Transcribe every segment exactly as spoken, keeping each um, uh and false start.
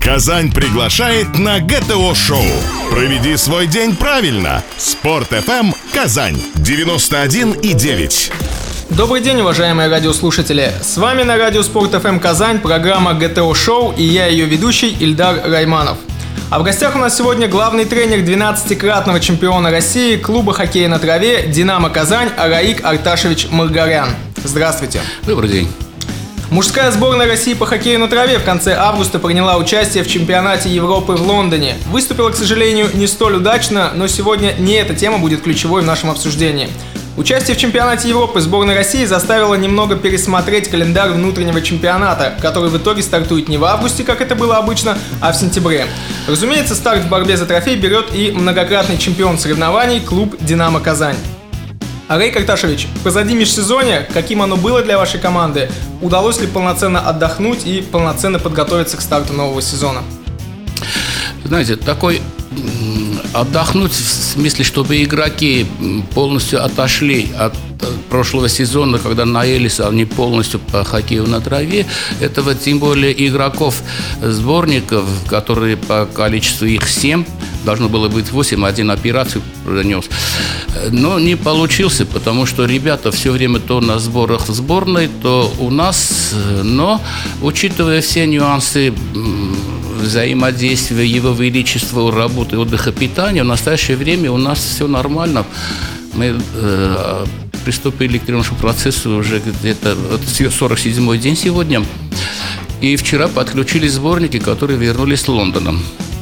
Казань приглашает на ГТО-шоу. Проведи свой день правильно. Спорт-эф эм Казань девяносто один и девять. Добрый день, уважаемые радиослушатели! С вами на радио Спорт-эф эм Казань программа ГТО-шоу, и я ее ведущий Ильдар Райманов. А в гостях у нас сегодня главный тренер двенадцатикратного чемпиона России клуба хоккея на траве «Динамо Казань» Араик Арташевич Маргарян. Здравствуйте! Добрый день! Мужская сборная России по хоккею на траве в конце августа приняла участие в чемпионате Европы в Лондоне. Выступила, к сожалению, не столь удачно, но сегодня не эта тема будет ключевой в нашем обсуждении. Участие в чемпионате Европы сборной России заставило немного пересмотреть календарь внутреннего чемпионата, который в итоге стартует не в августе, как это было обычно, а в сентябре. Разумеется, старт в борьбе за трофей берет и многократный чемпион соревнований клуб «Динамо Казань». Араик Арташевич, позади межсезонья, каким оно было для вашей команды? Удалось ли полноценно отдохнуть и полноценно подготовиться к старту нового сезона? Знаете, такой отдохнуть в смысле, чтобы игроки полностью отошли от прошлого сезона, когда наелись они полностью по хоккею на траве, этого тем более игроков сборников, которые по количеству их семь, должно было быть восемь, один операцию пронес. Но не получился, потому что ребята все время то на сборах в сборной, то у нас, но учитывая все нюансы взаимодействия Его Величества, работы, отдыха, питания, в настоящее время у нас все нормально. Мы э, приступили к тренировочному процессу уже где-то сорок седьмой день сегодня. И вчера подключились сборники, которые вернулись с Лондона.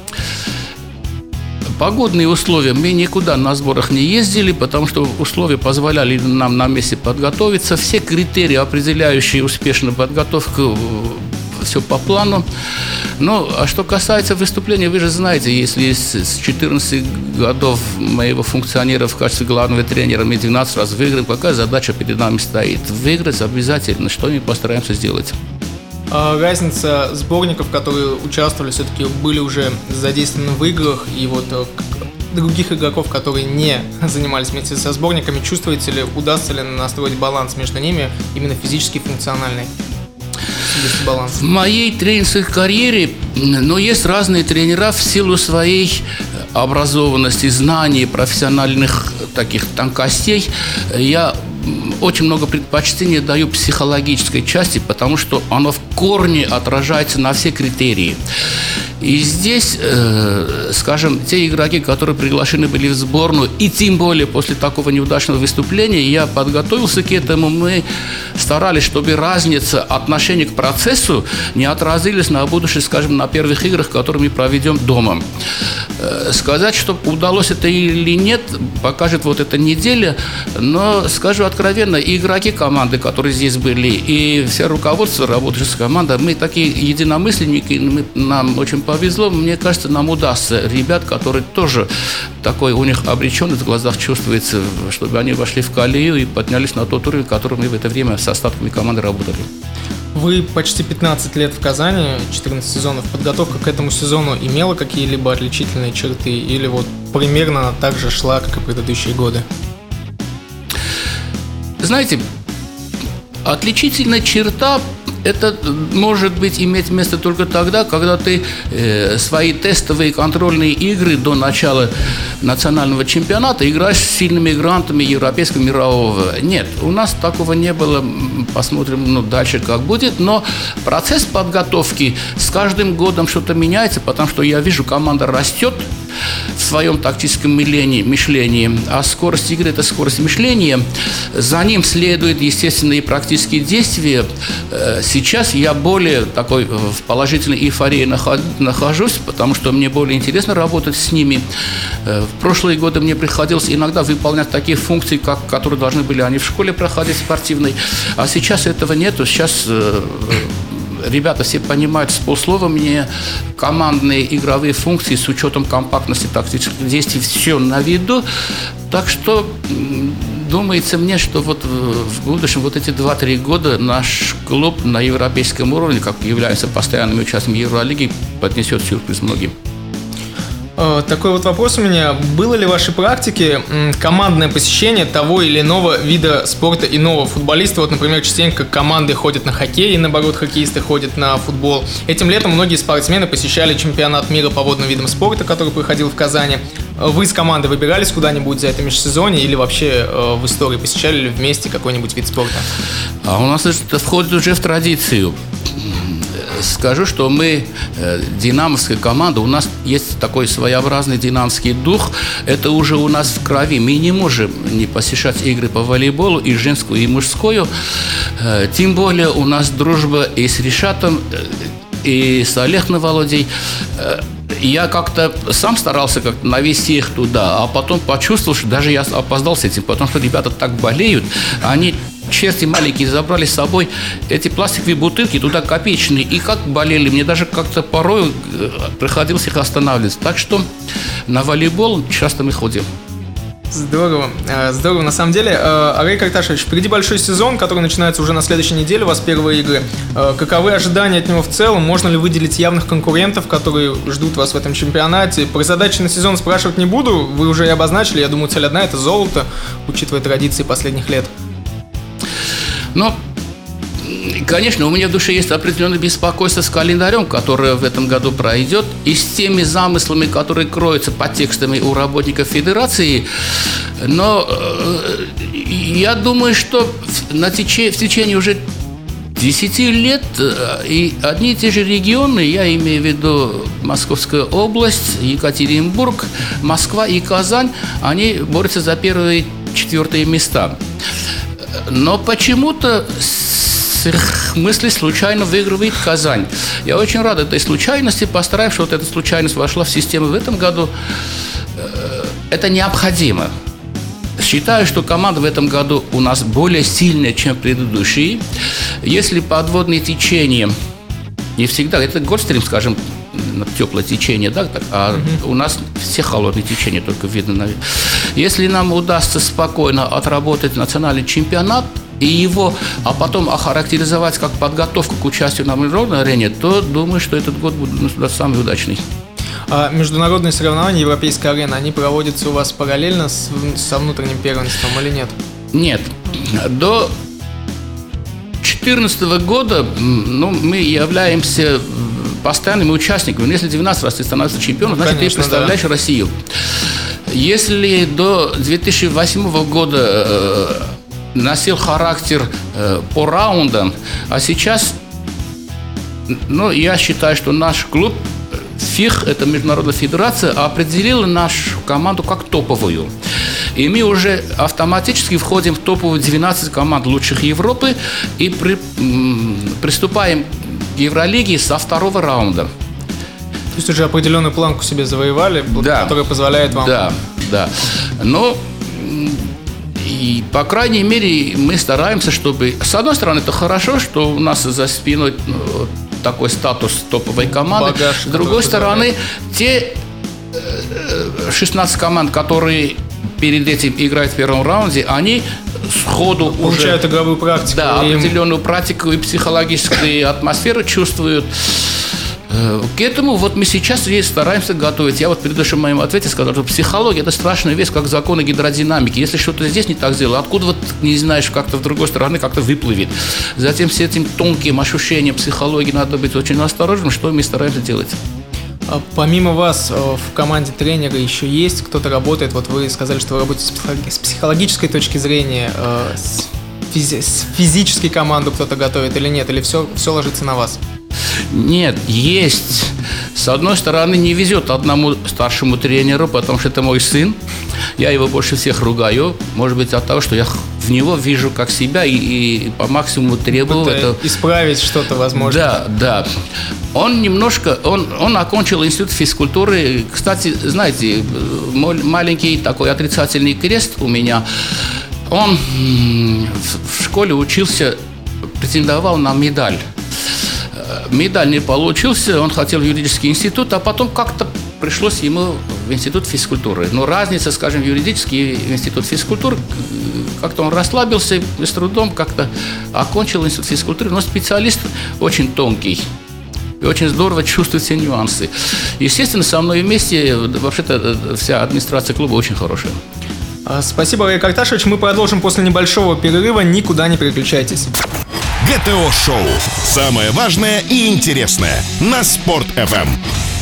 Погодные условия. Мы никуда на сборах не ездили, потому что условия позволяли нам на месте подготовиться. Все критерии, определяющие успешную подготовку, все по плану. Ну, а что касается выступления, вы же знаете, если с четырнадцати годов моего функционера в качестве главного тренера мы двенадцать раз выиграем, какая задача перед нами стоит? Выиграть обязательно, что мы постараемся сделать. Разница сборников, которые участвовали, все-таки были уже задействованы в играх, и вот других игроков, которые не занимались вместе со сборниками, чувствуете ли, удастся ли настроить баланс между ними, именно физически и функциональный? В моей тренерской карьере, но есть разные тренера в силу своей образованности, знаний, профессиональных таких тонкостей. Я очень много предпочтения даю психологической части, потому что оно в корне отражается на все критерии. И здесь, э, скажем, те игроки, которые приглашены были в сборную, и тем более после такого неудачного выступления, я подготовился к этому. Мы старались, чтобы разница отношения к процессу не отразилась на будущее, скажем, на первых играх, которые мы проведем дома. Э, сказать, что удалось это или нет, покажет вот эта неделя, но, скажу откровенно, и игроки команды, которые здесь были, и все руководство, работающее с командой, мы такие единомысленники, мы, нам очень повезло, мне кажется, нам удастся ребят, которые тоже такой у них обреченность в глазах чувствуется, чтобы они вошли в колею и поднялись на тот уровень, который мы в это время с остатками команды работали. Вы почти пятнадцать лет в Казани, четырнадцать сезонов. Подготовка к этому сезону имела какие-либо отличительные черты или вот примерно она так же шла, как и предыдущие годы? Знаете, отличительная черта это может быть иметь место только тогда, когда ты э, свои тестовые контрольные игры до начала национального чемпионата играешь с сильными грантами европейского, мирового. Нет, у нас такого не было. Посмотрим, ну, дальше как будет. Но процесс подготовки с каждым годом что-то меняется, потому что я вижу, команда растет в своем тактическом мышлении, а скорость игры – это скорость мышления. За ним следует, естественно, и практические действия. Сейчас я более такой в положительной эйфории нахожусь, потому что мне более интересно работать с ними. В прошлые годы мне приходилось иногда выполнять такие функции, как, которые должны были они в школе проходить спортивной, а сейчас этого нету. Сейчас ребята все понимают с полслова мне командные игровые функции с учетом компактности тактических действий, все на виду. Так что думается мне, что вот в будущем вот эти два-три года наш клуб на европейском уровне, как является постоянными участниками Евролиги, поднесет сюрприз многим. Такой вот вопрос у меня. Было ли в вашей практике командное посещение того или иного вида спорта иного футболиста? Вот, например, частенько команды ходят на хоккей, и наоборот, хоккеисты ходят на футбол. Этим летом многие спортсмены посещали чемпионат мира по водным видам спорта, который проходил в Казани. Вы с командой выбирались куда-нибудь за это межсезонье или вообще в истории посещали ли вместе какой-нибудь вид спорта? А у нас это входит уже в традицию. Скажу, что мы, динамовская команда, у нас есть такой своеобразный динамовский дух. Это уже у нас в крови. Мы не можем не посещать игры по волейболу, и женскую, и мужскую. Тем более у нас дружба и с Ришатом, и с Олегом Володей. Я как-то сам старался как-то навести их туда, а потом почувствовал, что даже я опоздал с этим, потому что ребята так болеют, они... черти маленькие забрали с собой эти пластиковые бутылки, туда копеечные, и как болели, мне даже как-то порой приходилось их останавливать. Так что на волейбол часто мы ходим. Здорово, здорово. На самом деле, Арей Карташевич, впереди большой сезон, который начинается уже на следующей неделе, у вас первые игры. Каковы ожидания от него в целом? Можно ли выделить явных конкурентов, которые ждут вас в этом чемпионате? Про задачи на сезон спрашивать не буду, вы уже и обозначили, я думаю, цель одна – это золото, учитывая традиции последних лет. Но, конечно, у меня в душе есть определенное беспокойство с календарем, который в этом году пройдет, и с теми замыслами, которые кроются под текстами у работников Федерации. Но э, я думаю, что в, на тече, в течение уже десяти лет и одни и те же регионы, я имею в виду Московская область, Екатеринбург, Москва и Казань, они борются за первые четвертые места. Но почему-то мысли случайно выигрывает Казань. Я очень рад этой случайности, постараюсь, что вот эта случайность вошла в систему в этом году. Это необходимо. Считаю, что команда в этом году у нас более сильная, чем предыдущие. Если подводные течения не всегда, это Гольфстрим, скажем, теплое течение, да, так, а mm-hmm. у нас все холодные течения только видно. Если нам удастся спокойно отработать национальный чемпионат и его, а потом охарактеризовать как подготовку к участию на международной арене, то думаю, что этот год будет самый удачный. А международные соревнования Европейской арены, они проводятся у вас параллельно с, со внутренним первенством или нет? Нет. До две тысячи четырнадцатого года ну, мы являемся постоянными участниками. Если двенадцать раз ты становишься чемпионом, значит, конечно, ты представляешь да. Россию. Если до две тысячи восьмого года э, носил характер э, по раундам, а сейчас, ну, я считаю, что наш клуб ФИХ, это Международная федерация, определила нашу команду как топовую. И мы уже автоматически входим в топовые двенадцать команд лучших Европы и при, м, приступаем к Евролиге со второго раунда. То есть уже определенную планку себе завоевали, да. которая позволяет вам... Да, да. Но, и, по крайней мере, мы стараемся, чтобы... С одной стороны, это хорошо, что у нас за спиной такой статус топовой команды. Багаж, с другой стороны, те шестнадцать команд, которые перед этим играют в первом раунде, они сходу получают уже, игровую практику. Да, и... определенную практику и психологическую атмосферу чувствуют. К этому вот мы сейчас и стараемся готовить. Я вот в предыдущем моем ответе сказал, что психология – это страшная вещь, как законы гидродинамики. Если что-то здесь не так сделал, откуда вот не знаешь, как-то в другой стороне как-то выплывет. Затем с этим тонким ощущением психологии надо быть очень осторожным, что мы стараемся делать. А помимо вас в команде тренера еще есть кто-то работает? Вот вы сказали, что вы работаете с психологической точки зрения, с, физи- с физической команду кто-то готовит или нет? Или все, все ложится на вас? Нет, есть. С одной стороны, не везет одному старшему тренеру, потому что это мой сын. Я его больше всех ругаю. Может быть, от того, что я в него вижу как себя и, и по максимуму требую. Это... Исправить что-то, возможно. Да, да. Он немножко, он, он окончил институт физкультуры. Кстати, знаете, мой маленький такой отрицательный крест у меня. Он в школе учился, претендовал на медаль. Медаль не получился, он хотел в юридический институт, а потом как-то пришлось ему в институт физкультуры. Но разница, скажем, в юридический институт физкультуры, как-то он расслабился и с трудом как-то окончил институт физкультуры, но специалист очень тонкий. И очень здорово чувствовать все нюансы. Естественно, со мной вместе вообще-то вся администрация клуба очень хорошая. Спасибо, Олег Арташевич. Мы продолжим после небольшого перерыва. Никуда не переключайтесь. ГТО-шоу. Самое важное и интересное на Спорт-эф эм.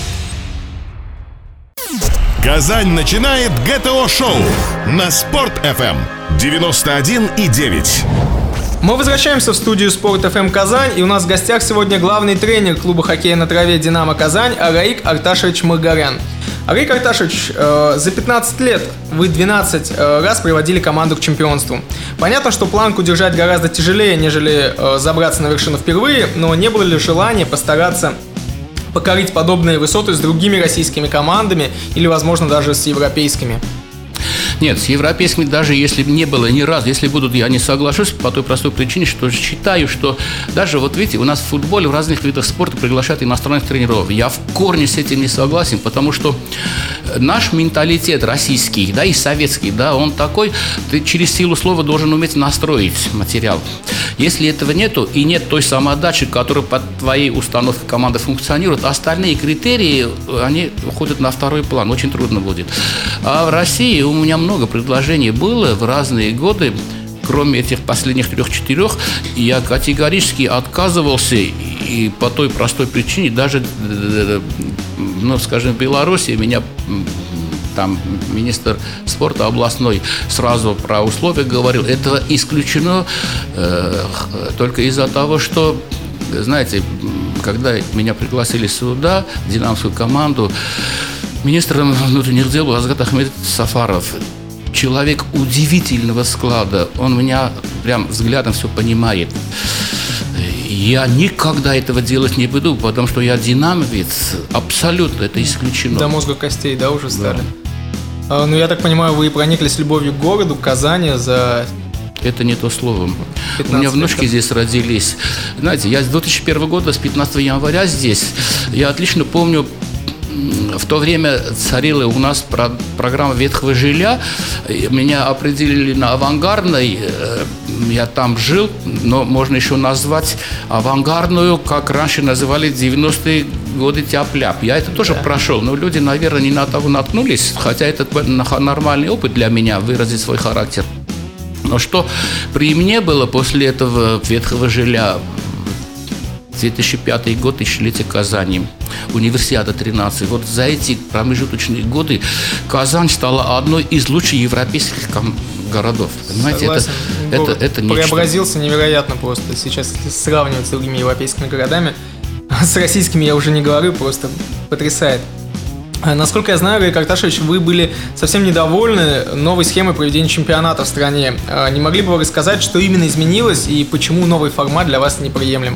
Казань начинает ГТО-шоу на Спорт-эф эм девяносто один и девять. Мы возвращаемся в студию Спорт-эф эм Казань, и у нас в гостях сегодня главный тренер клуба хоккея на траве «Динамо Казань» Араик Арташевич Маргарян. Араик Арташевич, э, за пятнадцать лет вы двенадцать э, раз приводили команду к чемпионству. Понятно, что планку держать гораздо тяжелее, нежели э, забраться на вершину впервые, но не было ли желания постараться покорить подобные высоты с другими российскими командами или, возможно, даже с европейскими? Нет, с европейскими даже если не было ни разу, если будут, я не соглашусь по той простой причине, что считаю, что даже, вот видите, у нас в футболе в разных видах спорта приглашают иностранных тренеров. Я в корне с этим не согласен, потому что наш менталитет российский, да, и советский, да, он такой, ты через силу слова должен уметь настроить материал. Если этого нету и нет той самоотдачи, которая под твоей установкой команды функционирует, остальные критерии, они уходят на второй план, очень трудно будет. А в России у меня много предложений было в разные годы, кроме этих последних трех-четырех, я категорически отказывался, и по той простой причине, даже, ну, скажем, в Беларуси меня там министр спорта областной сразу про условия говорил, этого исключено э, только из-за того, что, знаете, когда меня пригласили сюда, в динамовскую команду, министром внутренних дел был Азгат Ахмедович Сафаров. Человек удивительного склада. Он меня прям взглядом все понимает. Я никогда этого делать не буду, потому что я динамовец. Абсолютно это исключено. До мозга костей, да, уже стали? Да. А, ну, я так понимаю, вы прониклись любовью к городу, к Казани за... Это не то слово. У меня внучки лет. Здесь родились. Знаете, я с две тысячи первого года, с пятнадцатого января здесь. Я отлично помню, в то время царила у нас про- программа ветхого жилья. Меня определили на авангардной. Я там жил, но можно еще назвать авангардную, как раньше называли девяностые годы, тяп-ляп. Я это тоже да. прошел, но люди, наверное, не на того наткнулись, хотя это нормальный опыт для меня, выразить свой характер. Но что при мне было после этого ветхого жилья? две тысячи пятый год, тысячелетие Казани, Универсиада тринадцать. Вот за эти промежуточные годы Казань стала одной из лучших европейских ком- городов. Понимаете, Согласен. это, это, это нечто. Преобразился невероятно просто. Сейчас, если сравнивать с другими европейскими городами, с российскими я уже не говорю, просто потрясает. Насколько я знаю, Араик Арташевич, вы были совсем недовольны новой схемой проведения чемпионата в стране. Не могли бы вы рассказать, что именно изменилось и почему новый формат для вас неприемлем?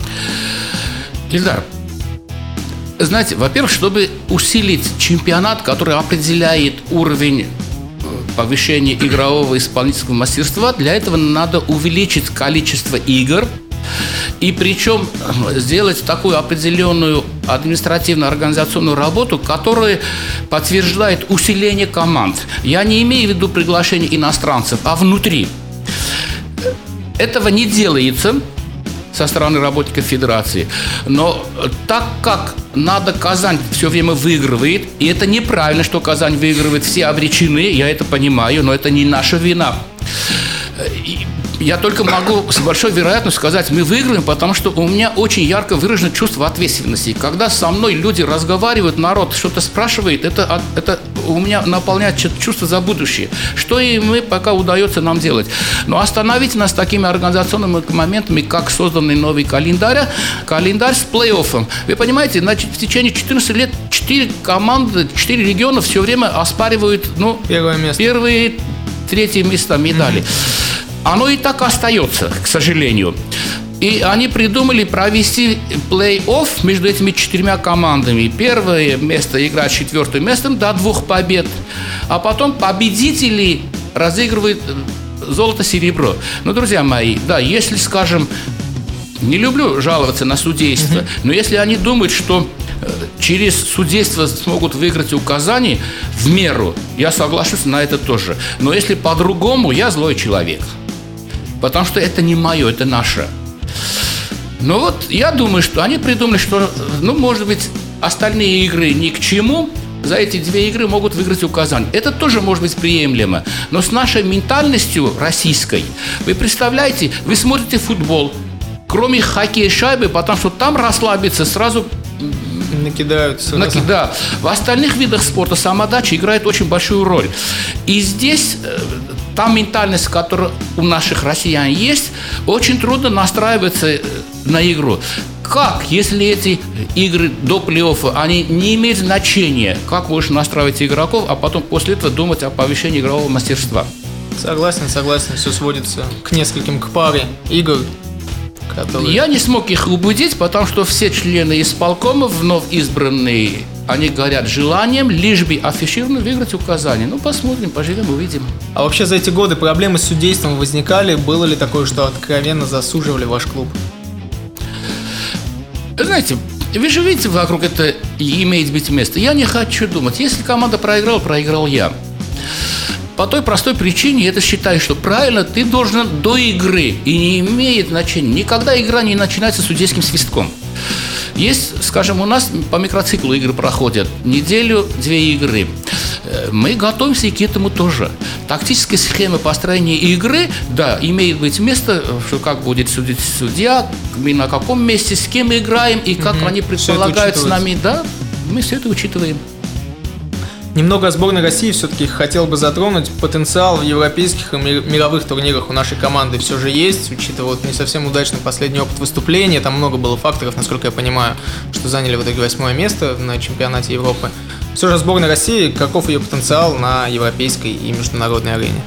Ильдар, знаете, во-первых, чтобы усилить чемпионат, который определяет уровень повышения игрового и исполнительского мастерства, для этого надо увеличить количество игр, и причем сделать такую определенную административно-организационную работу, которая подтверждает усиление команд. Я не имею в виду приглашение иностранцев, а внутри. Этого не делается со стороны работников федерации. Но так как надо, Казань все время выигрывает, и это неправильно, что Казань выигрывает, все обречены, я это понимаю, но это не наша вина. И я только могу с большой вероятностью сказать, мы выиграем, потому что у меня очень ярко выражено чувство ответственности. Когда со мной люди разговаривают, народ что-то спрашивает, это, это у меня наполняет чувство за будущее. Что и мы пока удается нам делать. Но остановить нас такими организационными моментами, как созданный новый календарь, календарь с плей-оффом. Вы понимаете, значит, в течение четырнадцати лет четыре команды, четыре региона все время оспаривают, ну, первое место. Первые, третье места медали. Mm-hmm. Оно и так остается, к сожалению. И они придумали провести плей-офф между этими четырьмя командами. Первое место играть с четвертым местом до двух побед. А потом победители разыгрывают золото-серебро. Ну, друзья мои, да, если, скажем, не люблю жаловаться на судейство, mm-hmm. но если они думают, что через судейство смогут выиграть у Казани в меру, я соглашусь на это тоже. Но если по-другому, я злой человек. Потому что это не мое, это наше. Но вот я думаю, что они придумали, что, ну, может быть, остальные игры ни к чему. За эти две игры могут выиграть у Казани. Это тоже может быть приемлемо. Но с нашей ментальностью российской, вы представляете, вы смотрите футбол, кроме хоккея шайбы, потому что там расслабиться сразу... Накидаются. Наки, да. В остальных видах спорта самоотдача играет очень большую роль. И здесь э, та ментальность, которая у наших россиян есть, очень трудно настраиваться на игру. Как, если эти игры до плей-оффа, они не имеют значения, как можешь настраивать игроков, а потом после этого думать о повышении игрового мастерства? Согласен, согласен. Все сводится к нескольким, к паре игр. Которые... Я не смог их убедить, потому что все члены исполкома, вновь избранные, они горят желанием, лишь бы афишированно выиграть у Казани. Ну, посмотрим, поживем, увидим. А вообще за эти годы проблемы с судейством возникали? Было ли такое, что откровенно засуживали ваш клуб? Знаете, вы же видите, вокруг это имеет быть место. Я не хочу думать. Если команда проиграла, проиграл я. По той простой причине, я это считаю, что правильно ты должен до игры. И не имеет значения. Никогда игра не начинается судейским свистком. Есть, скажем, у нас по микроциклу игры проходят неделю-две игры. Мы готовимся и к этому тоже. Тактическая схема построения игры, да, имеет быть место, что как будет судить судья, на каком месте, с кем мы играем и как угу. они предполагают с нами, да, мы все это учитываем. Немного о сборной России все-таки хотел бы затронуть. Потенциал в европейских и мировых турнирах у нашей команды все же есть, учитывая вот не совсем удачный последний опыт выступления. Там много было факторов, насколько я понимаю, что заняли в итоге восьмое место на чемпионате Европы. Все же сборная России, каков ее потенциал на европейской и международной арене?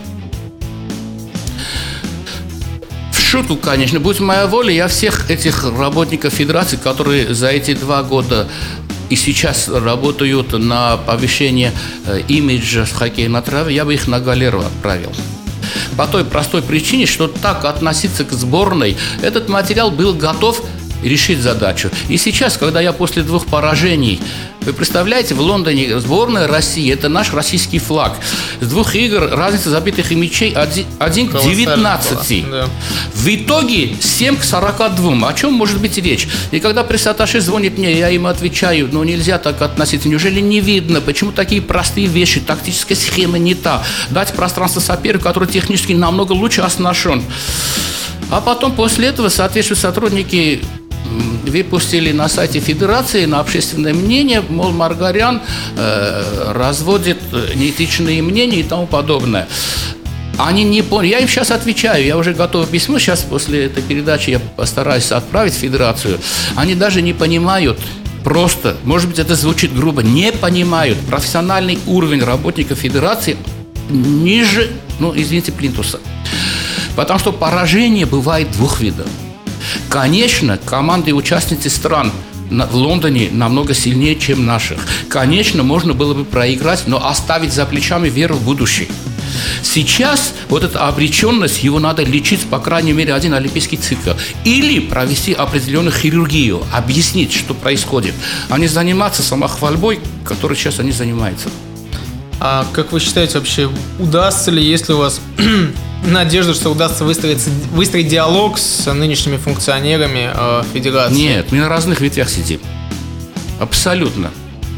В шутку, конечно, будь моя воля, я всех этих работников федерации, которые за эти два года и сейчас работают на повышение имиджа хоккея на траве, я бы их на галеру отправил. По той простой причине, что так относиться к сборной, этот материал был готов решить задачу. И сейчас, когда я после двух поражений, вы представляете, в Лондоне сборная России, это наш российский флаг. С двух игр разница забитых мячей один к девятнадцати. Да. В итоге семь к сорока двум. О чем может быть речь? И когда пресс-атташе звонит мне, я ему отвечаю, ну нельзя так относиться. Неужели не видно, почему такие простые вещи, тактическая схема не та? Дать пространство сопернику, который технически намного лучше оснащен. А потом после этого, соответственно, сотрудники выпустили на сайте Федерации на общественное мнение, мол, Маргарян э, разводит неэтичные мнения и тому подобное. Они не поняли. Я им сейчас отвечаю, я уже готов письмо, сейчас после этой передачи я постараюсь отправить в Федерацию. Они даже не понимают, просто, может быть, это звучит грубо, не понимают профессиональный уровень работников Федерации ниже, ну, извините, плинтуса. Потому что поражение бывает двух видов. Конечно, команды и участницы стран в Лондоне намного сильнее, чем наших. Конечно, можно было бы проиграть, но оставить за плечами веру в будущее. Сейчас вот эта обреченность, его надо лечить, по крайней мере, один олимпийский цикл. Или провести определенную хирургию, объяснить, что происходит, а не заниматься самохвальбой, которой сейчас они занимаются. А как вы считаете, вообще удастся ли, если у вас надежда, что удастся выстроить, выстроить диалог с нынешними функционерами э, Федерации? Нет, мы на разных ветвях сидим. Абсолютно.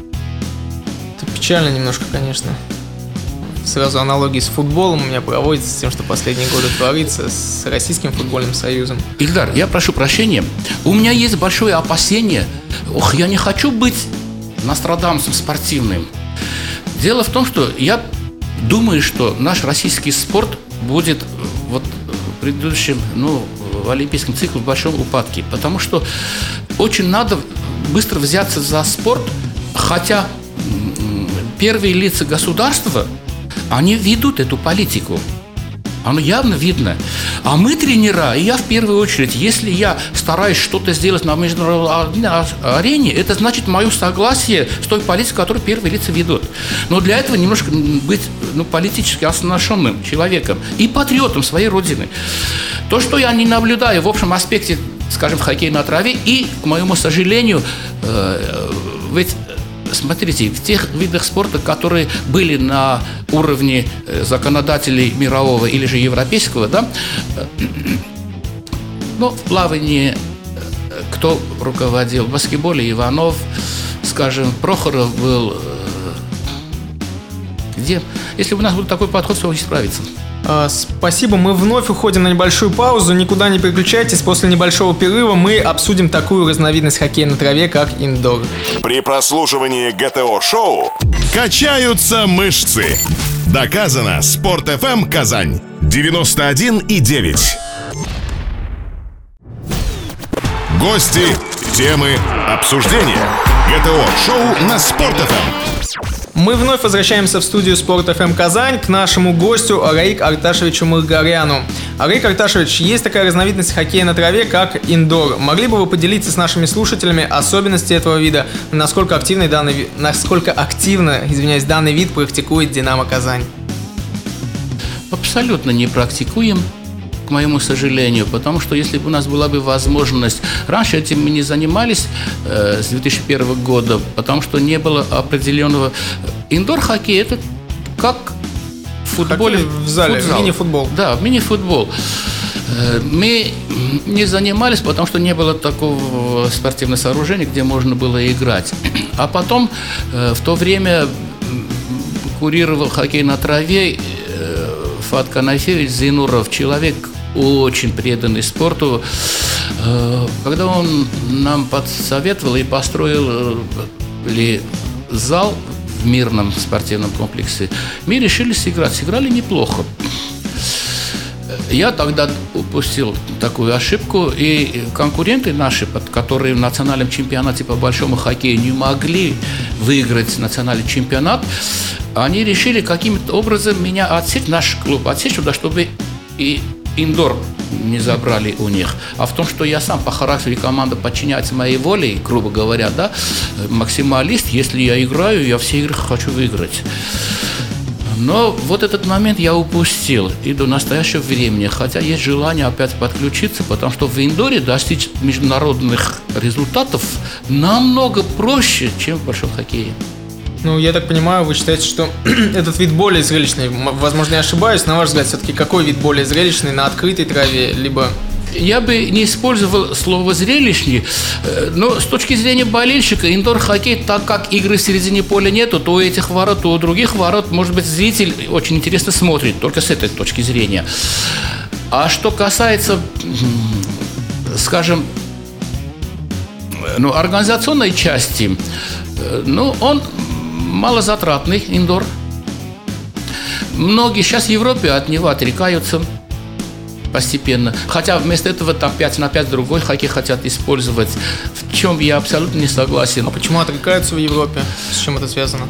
Это печально немножко, конечно. Сразу аналогии с футболом у меня проводятся, с тем, что последние годы творится с Российским футбольным союзом. Ильдар, я прошу прощения. У меня есть большое опасение. Ох, я не хочу быть Нострадамсом спортивным. Дело в том, что я думаю, что наш российский спорт будет вот в предыдущем, ну, в олимпийском цикле в большом упадке. Потому что очень надо быстро взяться за спорт, хотя первые лица государства, они ведут эту политику. Оно явно видно. А мы, тренера, и я в первую очередь, если я стараюсь что-то сделать на международной арене, это значит мое согласие с той политикой, которую первые лица ведут. Но для этого немножко быть, ну, политически оснащенным человеком и патриотом своей родины. То, что я не наблюдаю в общем аспекте, скажем, в хоккее на траве, и, к моему сожалению, э, ведь смотрите, в тех видах спорта, которые были на уровне законодателей мирового или же европейского, да, ну, в плавании кто руководил? В баскетболе Иванов, скажем, Прохоров был. Где? Если бы у нас был такой подход, то он справится. Спасибо, мы вновь уходим на небольшую паузу, никуда не переключайтесь, после небольшого перерыва мы обсудим такую разновидность хоккея на траве, как индор. При прослушивании ГТО-шоу качаются мышцы. Доказано. Спорт эф эм Казань девяносто один и девять. Гости, темы, обсуждения. ГТО-шоу на Спорт эф эм. Мы вновь возвращаемся в студию Спорт эф эм Казань к нашему гостю Араик Арташевичу Мыргаряну. Араик Арташевич, есть такая разновидность хоккея на траве, как индор. Могли бы вы поделиться с нашими слушателями особенности этого вида, насколько активный данный, насколько активно, извиняюсь, данный вид практикует Динамо Казань? Абсолютно не практикуем, к моему сожалению, потому что если бы у нас была бы возможность... Раньше этим мы не занимались э, с две тысячи первого года, потому что не было определенного... Индор-хоккей – это как в футболе. Хоккей в зале, футзал. Мини-футбол. Да, мини-футбол. Э, мы не занимались, потому что не было такого спортивного сооружения, где можно было играть. А потом э, в то время курировал хоккей на траве Фат Канафевич Зейнуров, человек очень преданный спорту. Когда он нам подсоветовал и построил ли зал в мирном спортивном комплексе, мы решили сыграть. Сыграли неплохо. Я тогда упустил такую ошибку, и конкуренты наши, которые в национальном чемпионате по большому хоккею не могли выиграть национальный чемпионат, они решили каким-то образом меня отсечь, наш клуб отсечь туда, чтобы и индор не забрали у них. А в том, что я сам по характеру и команда подчиняется моей воле, грубо говоря, да, максималист, если я играю, я все игры хочу выиграть. Но вот этот момент я упустил и до настоящего времени, хотя есть желание опять подключиться, потому что в индоре достичь международных результатов намного проще, чем в большом хоккее. Ну, я так понимаю, вы считаете, что этот вид более зрелищный. Возможно, я ошибаюсь. На ваш взгляд, все-таки какой вид более зрелищный, на открытой траве, либо... Я бы не использовал слово «зрелищный», но с точки зрения болельщика индор-хоккей, так как игры в середине поля нету, то у этих ворот, то у других ворот, может быть, зритель очень интересно смотрит, только с этой точки зрения. А что касается, скажем, ну, организационной части, ну, он малозатратный, индор. Многие сейчас в Европе от него отрекаются постепенно. Хотя вместо этого там пять на пять другой хоккей хотят использовать, в чем я абсолютно не согласен. А почему отрекаются в Европе? С чем это связано?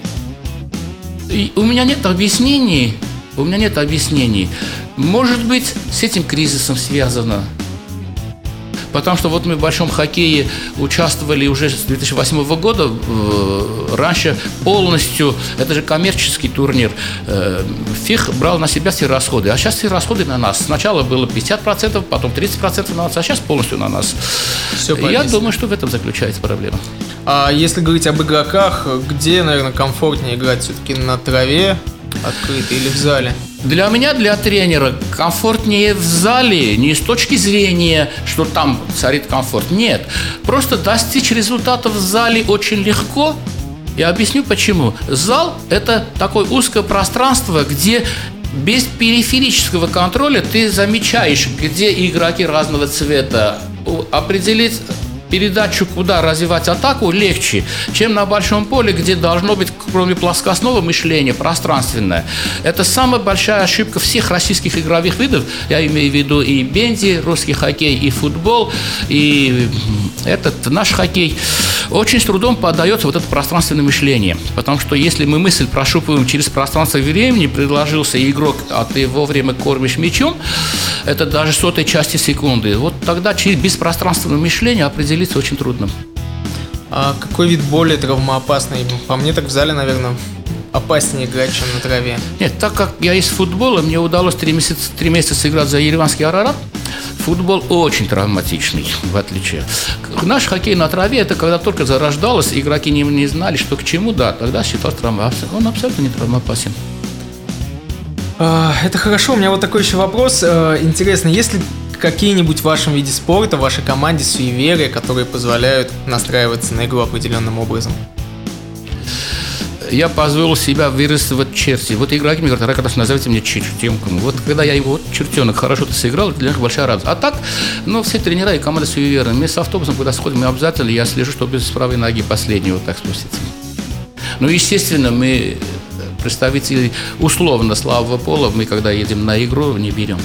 И у меня нет объяснений. У меня нет объяснений. Может быть, с этим кризисом связано. Потому что вот мы в большом хоккее участвовали уже с две тысячи восьмого года. Раньше полностью, это же коммерческий турнир, ФИХ брал на себя все расходы. А сейчас все расходы на нас. Сначала было пятьдесят процентов, потом тридцать процентов на нас, а сейчас полностью на нас. Все Я думаю, что в этом заключается проблема. А если говорить об игроках, где, наверное, комфортнее играть? Все-таки на траве открытой или в зале? Для меня, для тренера, комфортнее в зале, не с точки зрения, что там царит комфорт. Нет, просто достичь результатов в зале очень легко. Я объясню почему. Зал – это такое узкое пространство, где без периферического контроля ты замечаешь, где игроки разного цвета. Определить передачу, куда развивать атаку, легче, чем на большом поле, где должно быть, кроме плоскостного мышления, пространственное. Это самая большая ошибка всех российских игровых видов. Я имею в виду и бенди, русский хоккей, и футбол, и этот наш хоккей. Очень с трудом поддается вот это пространственное мышление. Потому что если мы мысль прощупываем через пространство времени, предложился игрок, а ты вовремя кормишь мячом, это даже сотой части секунды. Вот тогда через беспространственное мышление определить очень трудно. А какой вид более травмоопасный? По мне так в зале, наверное, опаснее играть, чем на траве. Нет, так как я из футбола, мне удалось три месяца, три месяца сыграть за ереванский Арарат. Футбол очень травматичный, в отличие. Наш хоккей на траве, это когда только зарождалось, игроки не, не знали, что к чему, да, тогда считался травмоопасен. Он абсолютно не травмоопасен. Это хорошо. У меня вот такой еще вопрос интересный. Есть ли какие-нибудь в вашем виде спорта, в вашей команде суеверия, которые позволяют настраиваться на игру определенным образом? Я позволил себя вырисовать черти. Вот игроки мне говорят, Ракатов, назовите мне чертенком. Вот когда я его, вот, чертенок, хорошо ты сыграл, для них большая радость. А так, ну, все тренера и команда суеверны. Мы с автобусом, когда сходим, мы обязательно, я слежу, чтобы без правой ноги последнего вот так спуститься. Ну, естественно, мы представители условно слабого пола, мы, когда едем на игру, не берем.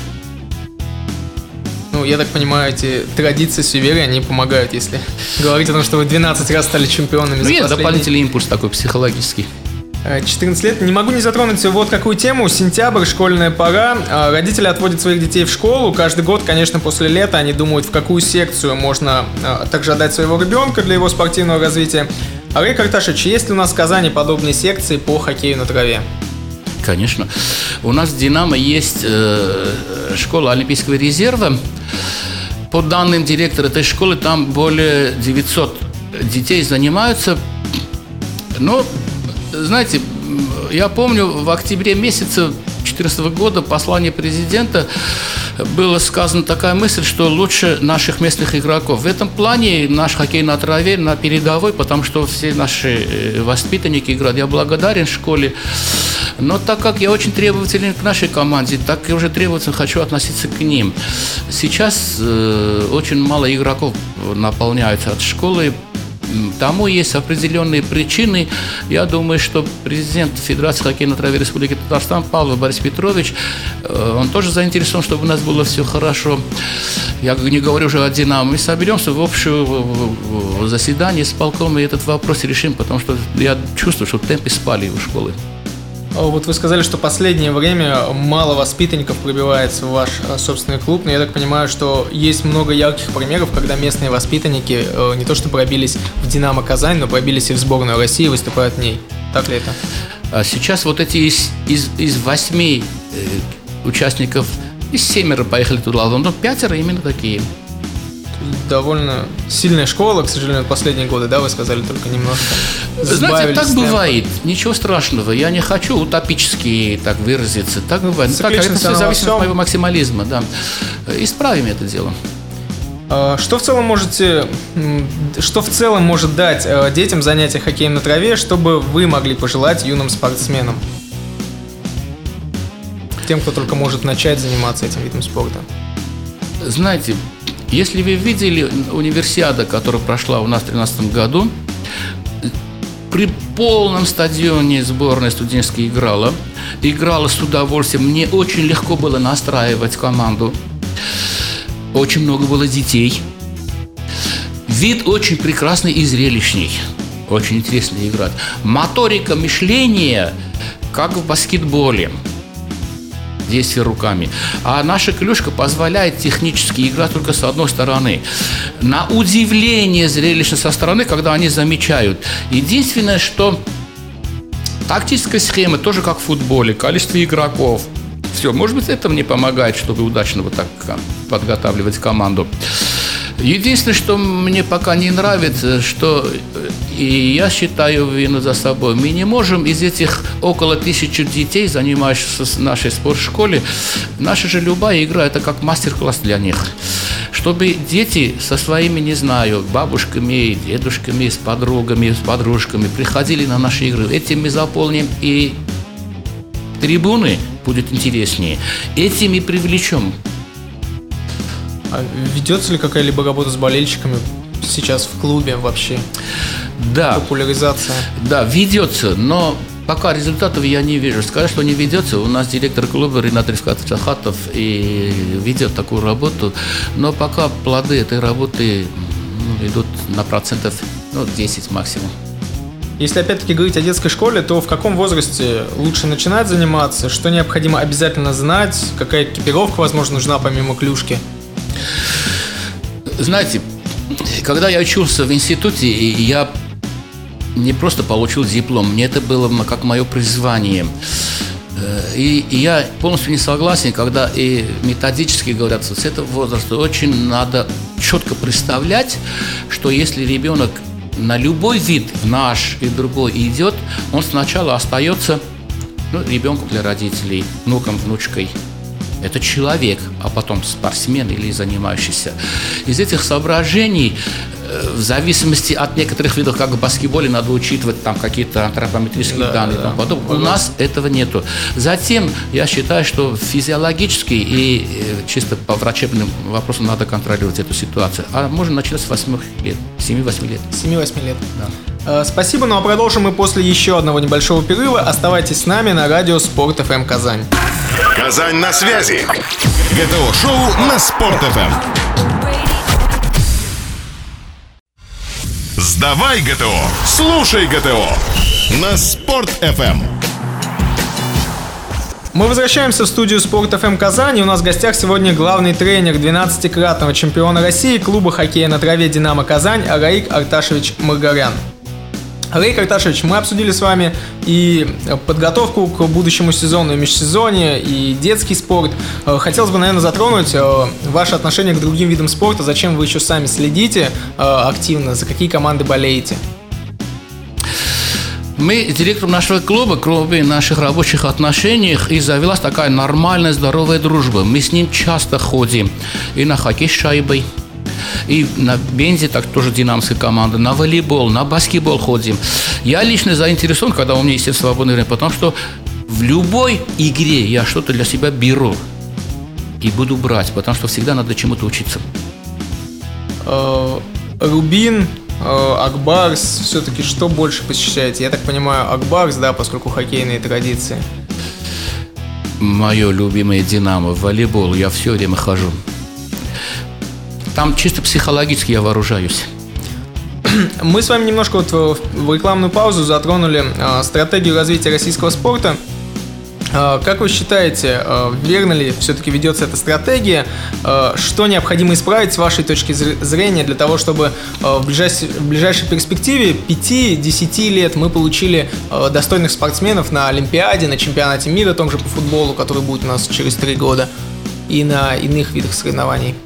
Ну, я так понимаю, эти традиции суеверия, они помогают, если говорить о том, что вы двенадцать раз стали чемпионами. Ну, за есть последние... дополнительный импульс такой психологический. четырнадцать лет. Не могу не затронуть вот какую тему. Сентябрь, школьная пора. Родители отводят своих детей в школу. Каждый год, конечно, после лета они думают, в какую секцию можно также отдать своего ребенка для его спортивного развития. Арей Карташевич, есть ли у нас в Казани подобные секции по хоккею на траве? Конечно. У нас в «Динамо» есть э, школа Олимпийского резерва. По данным директора этой школы, там более девятьсот детей занимаются. Но, знаете, я помню, в октябре месяце две тысячи четырнадцатого года послание президента была сказана такая мысль, что лучше наших местных игроков. В этом плане наш хоккей на траве на передовой, потому что все наши воспитанники играют. Я благодарен школе. Но так как я очень требователен к нашей команде, так и уже требовательно хочу относиться к ним. Сейчас э, очень мало игроков наполняются от школы. Тому есть определенные причины. Я думаю, что президент Федерации хоккея на траве Республики Татарстан Павлов Борис Петрович, он тоже заинтересован, чтобы у нас было все хорошо. Я не говорю уже о «Динамо». Мы соберемся в общее заседание с полком и этот вопрос решим, потому что я чувствую, что в темпе спали у школы. Вот вы сказали, что в последнее время мало воспитанников пробивается в ваш собственный клуб, но я так понимаю, что есть много ярких примеров, когда местные воспитанники не то что пробились в «Динамо» Казань, но пробились и в сборную России, выступают в ней. Так ли это? Сейчас вот эти из, из, из восьми э, участников, из семеро поехали туда, но пятеро именно такие. Довольно сильная школа, к сожалению, последние годы, да, вы сказали, только немножко. Знаете, так бывает, ничего страшного. Я не хочу утопически так выразиться. Так бывает. Ну, так, это все зависит от моего максимализма, да. Исправим это дело. Что в целом можете, что в целом может дать детям занятия хоккеем на траве, чтобы вы могли пожелать юным спортсменам? Тем, кто только может начать заниматься этим видом спорта. Знаете, если вы видели универсиаду, которая прошла у нас в две тысячи тринадцатом году, при полном стадионе сборная студенческая играла, играла с удовольствием, мне очень легко было настраивать команду, очень много было детей, вид очень прекрасный и зрелищный, очень интересно играть, моторика мышления, как в баскетболе. Действие руками. А наша клюшка позволяет технически играть только с одной стороны. На удивление зрелищно со стороны, когда они замечают. Единственное, что тактическая схема тоже как в футболе. Количество игроков. Все, может быть, это мне помогает, чтобы удачно вот так подготавливать команду. Единственное, что мне пока не нравится, что, и я считаю вину за собой, мы не можем из этих около тысячи детей, занимающихся в нашей спортшколе, наша же любая игра, это как мастер-класс для них. Чтобы дети со своими, не знаю, бабушками, дедушками, с подругами, с подружками приходили на наши игры. Этим мы заполним и трибуны, будет интереснее. Этим и привлечем. А ведется ли какая-либо работа с болельщиками сейчас в клубе вообще? Да. Популяризация? Да, ведется, но пока результатов я не вижу. Скажу, что не ведется. У нас директор клуба Ринат Рифкатович Ахатов и ведет такую работу, но пока плоды этой работы ну, идут на процентов ну, десять максимум. Если опять-таки говорить о детской школе, то в каком возрасте лучше начинать заниматься? Что необходимо обязательно знать? Какая экипировка, возможно, нужна помимо клюшки? Знаете, когда я учился в институте, я не просто получил диплом, мне это было как мое призвание. И я полностью не согласен, когда и методически говорят, что с этого возраста очень надо четко представлять, что если ребенок на любой вид, в наш и другой идет, он сначала остается ну, ребенком для родителей, внуком, внучкой. это человек, а потом спортсмен или занимающийся. Из этих соображений, в зависимости от некоторых видов, как в баскетболе, надо учитывать там какие-то антропометрические да, данные. Да. Потом, у нас этого нету. Затем, я считаю, что физиологически и чисто по врачебным вопросам надо контролировать эту ситуацию. А можно начать с восьми лет, семи-восьми лет. семи-восьми лет. Да. Спасибо, ну а продолжим мы после еще одного небольшого перерыва. Оставайтесь с нами на радио Спорт эф эм Казань. Казань на связи. ГТО-шоу на Спорт эф эм. Сдавай ГТО, слушай ГТО на Спорт эф эм. Мы возвращаемся в студию Спорт эф эм Казань, и у нас в гостях сегодня главный тренер двенадцатикратного чемпиона России клуба хоккея на траве «Динамо Казань» Араик Арташевич Маргарян. Араик Арташевич, мы обсудили с вами и подготовку к будущему сезону, и межсезонье, и детский спорт. Хотелось бы, наверное, затронуть ваше отношение к другим видам спорта. Зачем вы еще сами следите активно, за какие команды болеете? Мы с директором нашего клуба, кроме наших рабочих отношений, и завелась такая нормальная, здоровая дружба. Мы с ним часто ходим и на хоккей с шайбой, и на бензе, так тоже динамская команда, на волейбол, на баскетбол ходим. Я лично заинтересован, когда у меня есть свободное время, потому что в любой игре я что-то для себя беру и буду брать, потому что всегда надо чему-то учиться. Рубин, Акбарс, все-таки что больше посещаете? Я так понимаю, Акбарс, да, поскольку хоккейные традиции. Мое любимое Динамо, волейбол, я все время хожу. Там чисто психологически я вооружаюсь. Мы с вами немножко вот в рекламную паузу затронули э, стратегию развития российского спорта. Э, как вы считаете, э, верно ли все-таки ведется эта стратегия? Э, что необходимо исправить с вашей точки зрения для того, чтобы э, в, ближайшей, в ближайшей перспективе пяти-десяти лет мы получили э, достойных спортсменов на Олимпиаде, на чемпионате мира, том же по футболу, который будет у нас через три года, и на иных видах соревнований?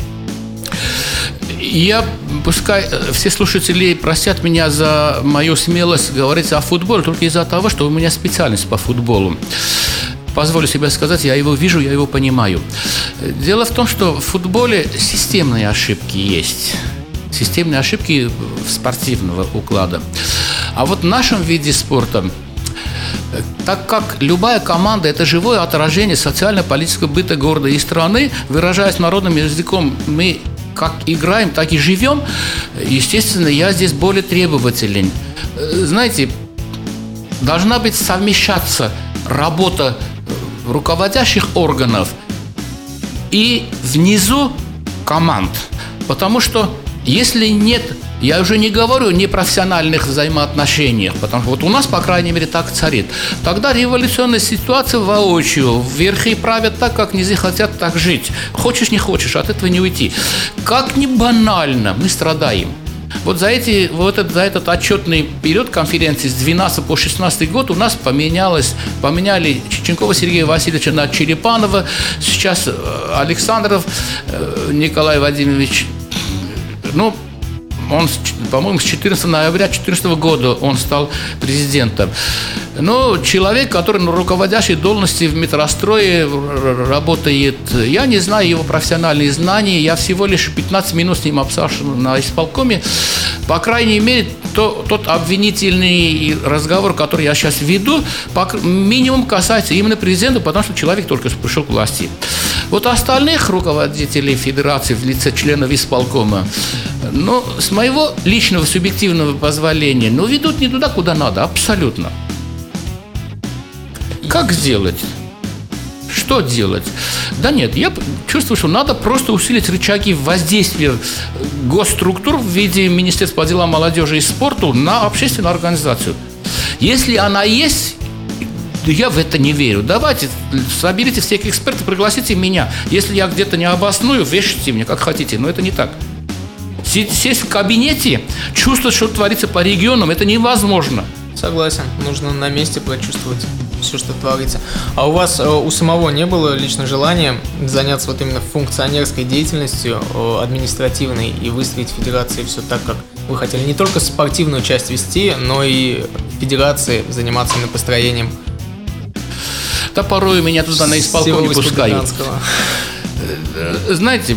Я, пускай все слушатели простят меня за мою смелость говорить о футболе, только из-за того, что у меня специальность по футболу. Позволю себе сказать, я его вижу, я его понимаю. Дело в том, что в футболе системные ошибки есть. Системные ошибки спортивного уклада. А вот в нашем виде спорта, так как любая команда – это живое отражение социально-политического быта города и страны, выражаясь народным языком, мы как играем, так и живем, естественно, я здесь более требователен. Знаете, должна быть совмещаться работа руководящих органов и внизу команд. Потому что если нет, я уже не говорю о непрофессиональных взаимоотношениях, потому что вот у нас, по крайней мере, так царит. Тогда революционная ситуация воочию. Верхи правят так, как низы хотят так жить. Хочешь, не хочешь, от этого не уйти. Как ни банально, мы страдаем. Вот за, эти, вот этот, за этот отчетный период конференции с двенадцатого по шестнадцатый год у нас поменялось, поменяли Чеченкова Сергея Васильевича на Черепанова, сейчас Александров Николай Владимирович, ну, он, по-моему, с четырнадцатого ноября две тысячи четырнадцатого года он стал президентом. Но человек, который на руководящей должности в метрострое работает, я не знаю его профессиональные знания, я всего лишь пятнадцать минут с ним общался на исполкоме. По крайней мере, то, тот обвинительный разговор, который я сейчас веду, по, минимум касается именно президента, потому что человек только пришел к власти. Вот остальных руководителей федерации в лице членов исполкома, ну, с моего личного субъективного позволения, ну, ведут не туда, куда надо, абсолютно. Как сделать? Что делать? Да нет, я чувствую, что надо просто усилить рычаги воздействия госструктур в виде Министерства по делам молодежи и спорту на общественную организацию. Если она есть, я в это не верю. Давайте, соберите всех экспертов, пригласите меня. Если я где-то не обосную, вешайте меня, как хотите, но это не так. Сесть в кабинете, чувствовать, что творится по регионам, это невозможно. Согласен, нужно на месте прочувствовать все, что творится. А у вас, у самого не было лично желания заняться вот именно функционерской деятельностью, административной, и выстроить в федерации все так, как вы хотели? Не только спортивную часть вести, но и в федерации заниматься именно построением. Да порой меня туда на исполком не пускают. Знаете,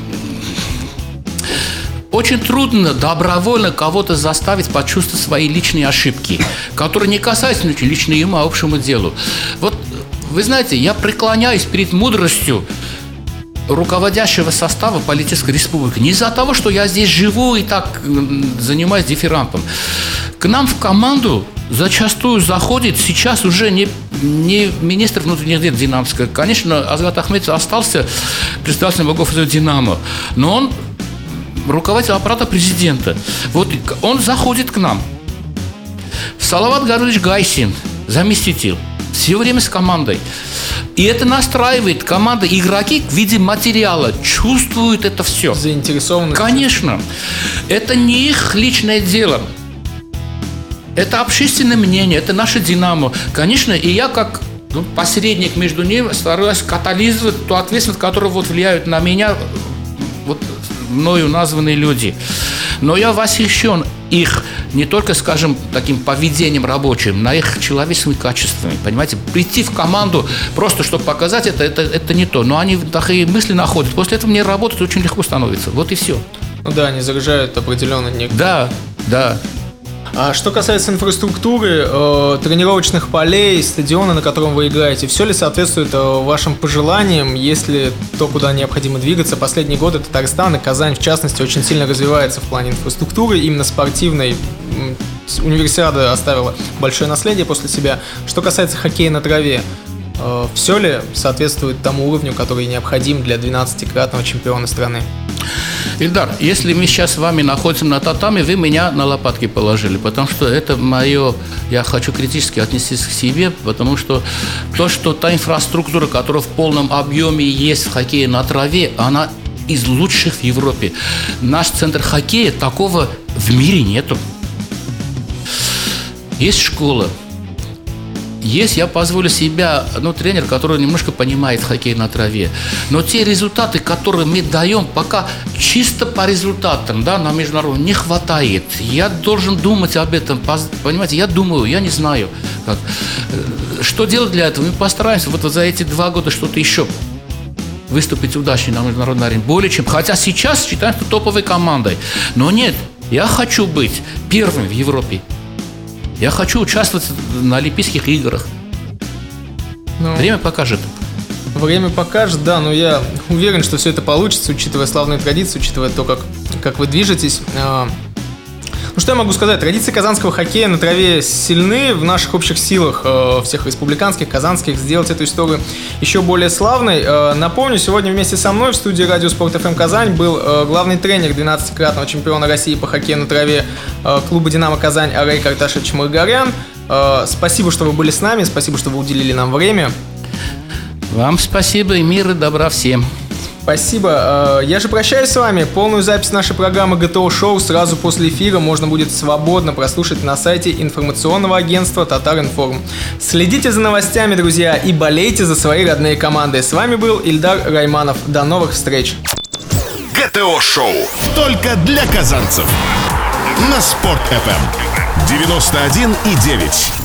очень трудно добровольно кого-то заставить почувствовать свои личные ошибки, которые не касаются лично ему, а общему делу. Вот, вы знаете, я преклоняюсь перед мудростью руководящего состава политической республики. Не из-за того, что я здесь живу и так занимаюсь дифирамбом. К нам в команду зачастую заходит сейчас уже не, не министр внутренних дел Динамовска. Конечно, Азат Ахметов остался представителем богов из Динамо, но он руководитель аппарата президента. Вот он заходит к нам. Салават Гарлович Гайсин, заместитель, все время с командой. И это настраивает команда. Игроки в виде материала чувствуют это все. Заинтересованы. Конечно. Это не их личное дело. Это общественное мнение, это наше «Динамо». Конечно, и я как ну, посредник между ними стараюсь катализировать ту ответственность, которая вот влияет на меня, вот мною названные люди. Но я восхищен их не только, скажем, таким поведением рабочим, но их человеческими качествами. Понимаете, прийти в команду просто, чтобы показать это, это, это не то. Но они такие мысли находят. После этого мне работать очень легко становится. Вот и все. Ну да, они заряжают определенно некоторые. Да, да. А что касается инфраструктуры, э, тренировочных полей, стадиона, на котором вы играете, все ли соответствует э, вашим пожеланиям, если то, куда необходимо двигаться? Последние годы Татарстан и Казань, в частности, очень сильно развивается в плане инфраструктуры, именно спортивной. Универсиада оставила большое наследие после себя. Что касается хоккея на траве, э, все ли соответствует тому уровню, который необходим для двенадцатикратного чемпиона страны? Ильдар, если мы сейчас с вами находимся на татами, вы меня на лопатки положили, потому что это мое, я хочу критически отнестись к себе, потому что то, что та инфраструктура, которая в полном объеме есть в хоккее на траве, она из лучших в Европе. Наш центр хоккея такого в мире нету. Есть школа. Есть, я позволю себя, ну, тренер, который немножко понимает хоккей на траве. Но те результаты, которые мы даем, пока чисто по результатам, да, на международном не хватает. Я должен думать об этом, понимаете, я думаю, я не знаю, как. Что делать для этого. Мы постараемся вот за эти два года что-то еще выступить удачнее на международной арене. Более чем. Хотя сейчас считаемся топовой командой. Но нет, я хочу быть первым в Европе. Я хочу участвовать на Олимпийских играх. Ну, время покажет. Время покажет, да, но я уверен, что все это получится, учитывая славные традиции, учитывая то, как, как вы движетесь. Ну, что я могу сказать? Традиции казанского хоккея на траве сильны. В наших общих силах, э, всех республиканских, казанских, сделать эту историю еще более славной. Э, напомню, сегодня вместе со мной в студии Радио Спорт эф эм Казань был э, главный тренер двенадцатикратного чемпиона России по хоккею на траве э, клуба «Динамо Казань» Арей Карташевич Маргарян. Э, спасибо, что вы были с нами, спасибо, что вы уделили нам время. Вам спасибо и мира, добра всем. Спасибо. Я же прощаюсь с вами. Полную запись нашей программы ГТО Шоу сразу после эфира можно будет свободно прослушать на сайте информационного агентства Татаринформ. Следите за новостями, друзья, и болейте за свои родные команды. С вами был Ильдар Райманов. До новых встреч. ГТО Шоу. Только для казанцев. На Спорт эф эм девяносто один и девять.